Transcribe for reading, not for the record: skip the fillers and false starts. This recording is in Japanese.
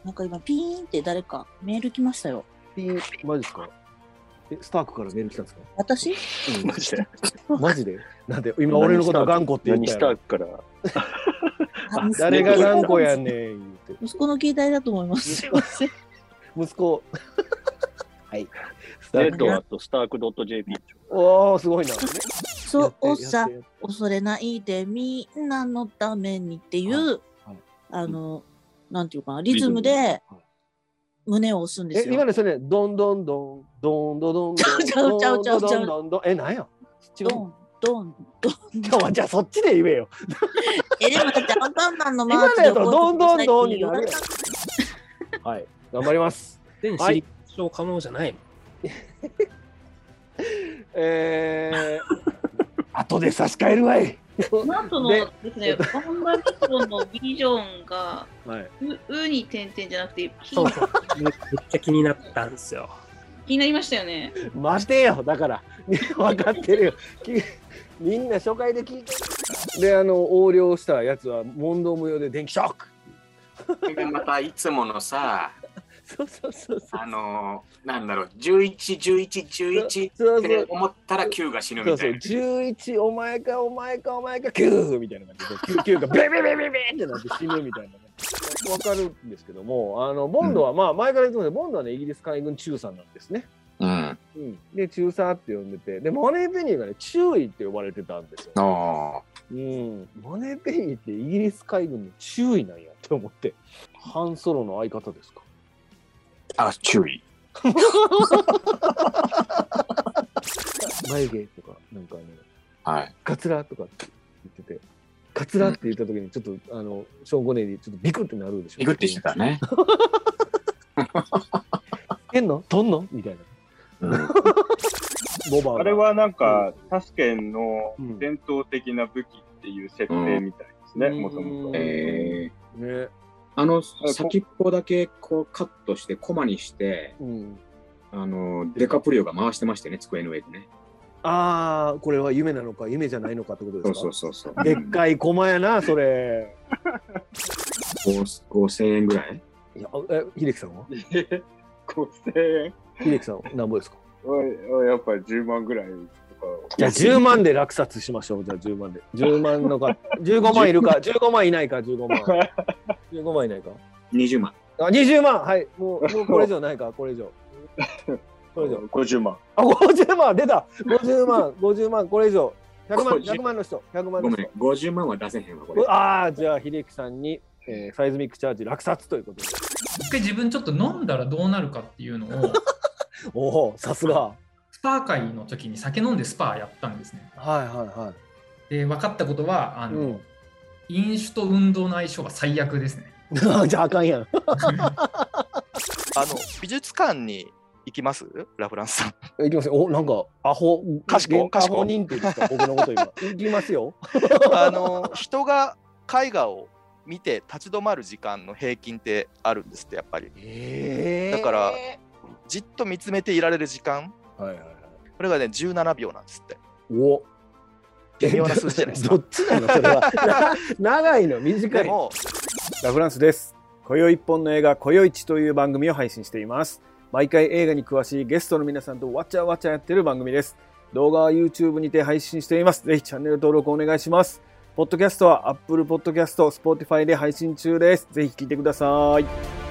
なんか今ピーンって誰かメール来ましたよ。 マジですか？スタークからメール来たんですか？ 私？ マジで。 マジで？なんで今俺のことは頑固って言ったやろ。 何スタークから。 誰が頑固やねん言って。 息子の携帯だと思います。すいません。 息子。はい。 ネットアットスターク .jp。 おー、すごいな。 そうさ、恐れないでみんなのためにっていう、なんていうかな、リズムで胸を押すんですよ。 今のそれ、どんどんどん、どんどんどんどん、 ちゃう。 どんどん、なんや？ どんどん。 じゃあそっちで言えよ。 でもだってアンパンマンのマーチでどんどんどんになる。はい、頑張ります。 全知り証可能じゃないの？ 後で差し替えるわい。 この後のですね、バンバビコのビジョンが、うに点々じゃなくて、 そうそう。めっちゃ気になったんですよ。 気になりましたよね。 待てよ、だから。分かってるよ。みんな初回で聞いてる。で、横領したやつは問答無用で電気ショック。 でまたいつものさ、 そうなんだろう、11って思ったら9が死ぬみたいな。 そう11、お前か、9みたいな感じで、9がビビビビビってなって死ぬみたいな。わかるんですけども、ボンドは、まあ、前から言ってますけど、ボンドはね、イギリス海軍中佐なんですね。で、中佐って呼んでて、で、モネーペニーがね、中尉って呼ばれてたんですよ。モネーペニーってイギリス海軍の中尉なんやって思って、ハンソロの相方ですか？ 注意。 眉毛とか、なんかはい。 カツラとかって言ってて、カツラって言った時にちょっと、ショーン・コネリーちょっとビクってなるでしょ。 ビクってしてたね。 けんのとんのみたいな。 あれはなんか、タスケンの伝統的な武器っていう設定みたいですね、もともと。 ね。 先っぽだけこうカットしてコマにして、デカプリオが回してましてね、机の上でね。 ああ、これは夢なのか夢じゃないのかってことですか？ そう。 でっかいコマやな、それ。 5000円ぐらい？ いや、秀樹さんは ？5000円？ 秀樹さんなんぼですか？ やっぱり10万ぐらいとか。 じゃあ10万で落札しましょう。じゃあ10万で。10万のか、15万いるか、15万いないか、15万。15万いないか。 20万。 20万はい。もうこれ以上ないか、これ以上。これ以上。 50万。 50万出た !50 万、これ以上。100万の人。100万の人。 ごめん、50万は出せへんわ、これ。 じゃあ、秀樹さんに、サイズミックチャージ落札ということで。 一回自分ちょっと飲んだらどうなるかっていうのをおお、さすが。 スパー会の時に酒飲んでスパーやったんですね。で、分かったことは飲酒と運動の相性が最悪ですね。 じゃああかんやん。 美術館に行きます？ラフランスさん。 行きますよ。なんかアホ賢認定ですか？僕のこと今。行きますよ。 人が絵画を見て立ち止まる時間の平均ってあるんですって、やっぱり。だからじっと見つめていられる時間、これがね17秒なんですって。 お、 微妙な数字じゃないですか。 どっちなのそれは。長いの短いの。ラフランスです。今宵一本の映画今宵一という番組を配信しています。毎回映画に詳しいゲストの皆さんとわちゃわちゃやってる番組です。動画は YouTube にて配信しています。ぜひチャンネル登録お願いします。ポッドキャストは Apple Podcast、Spotify で配信中です。ぜひ聞いてください。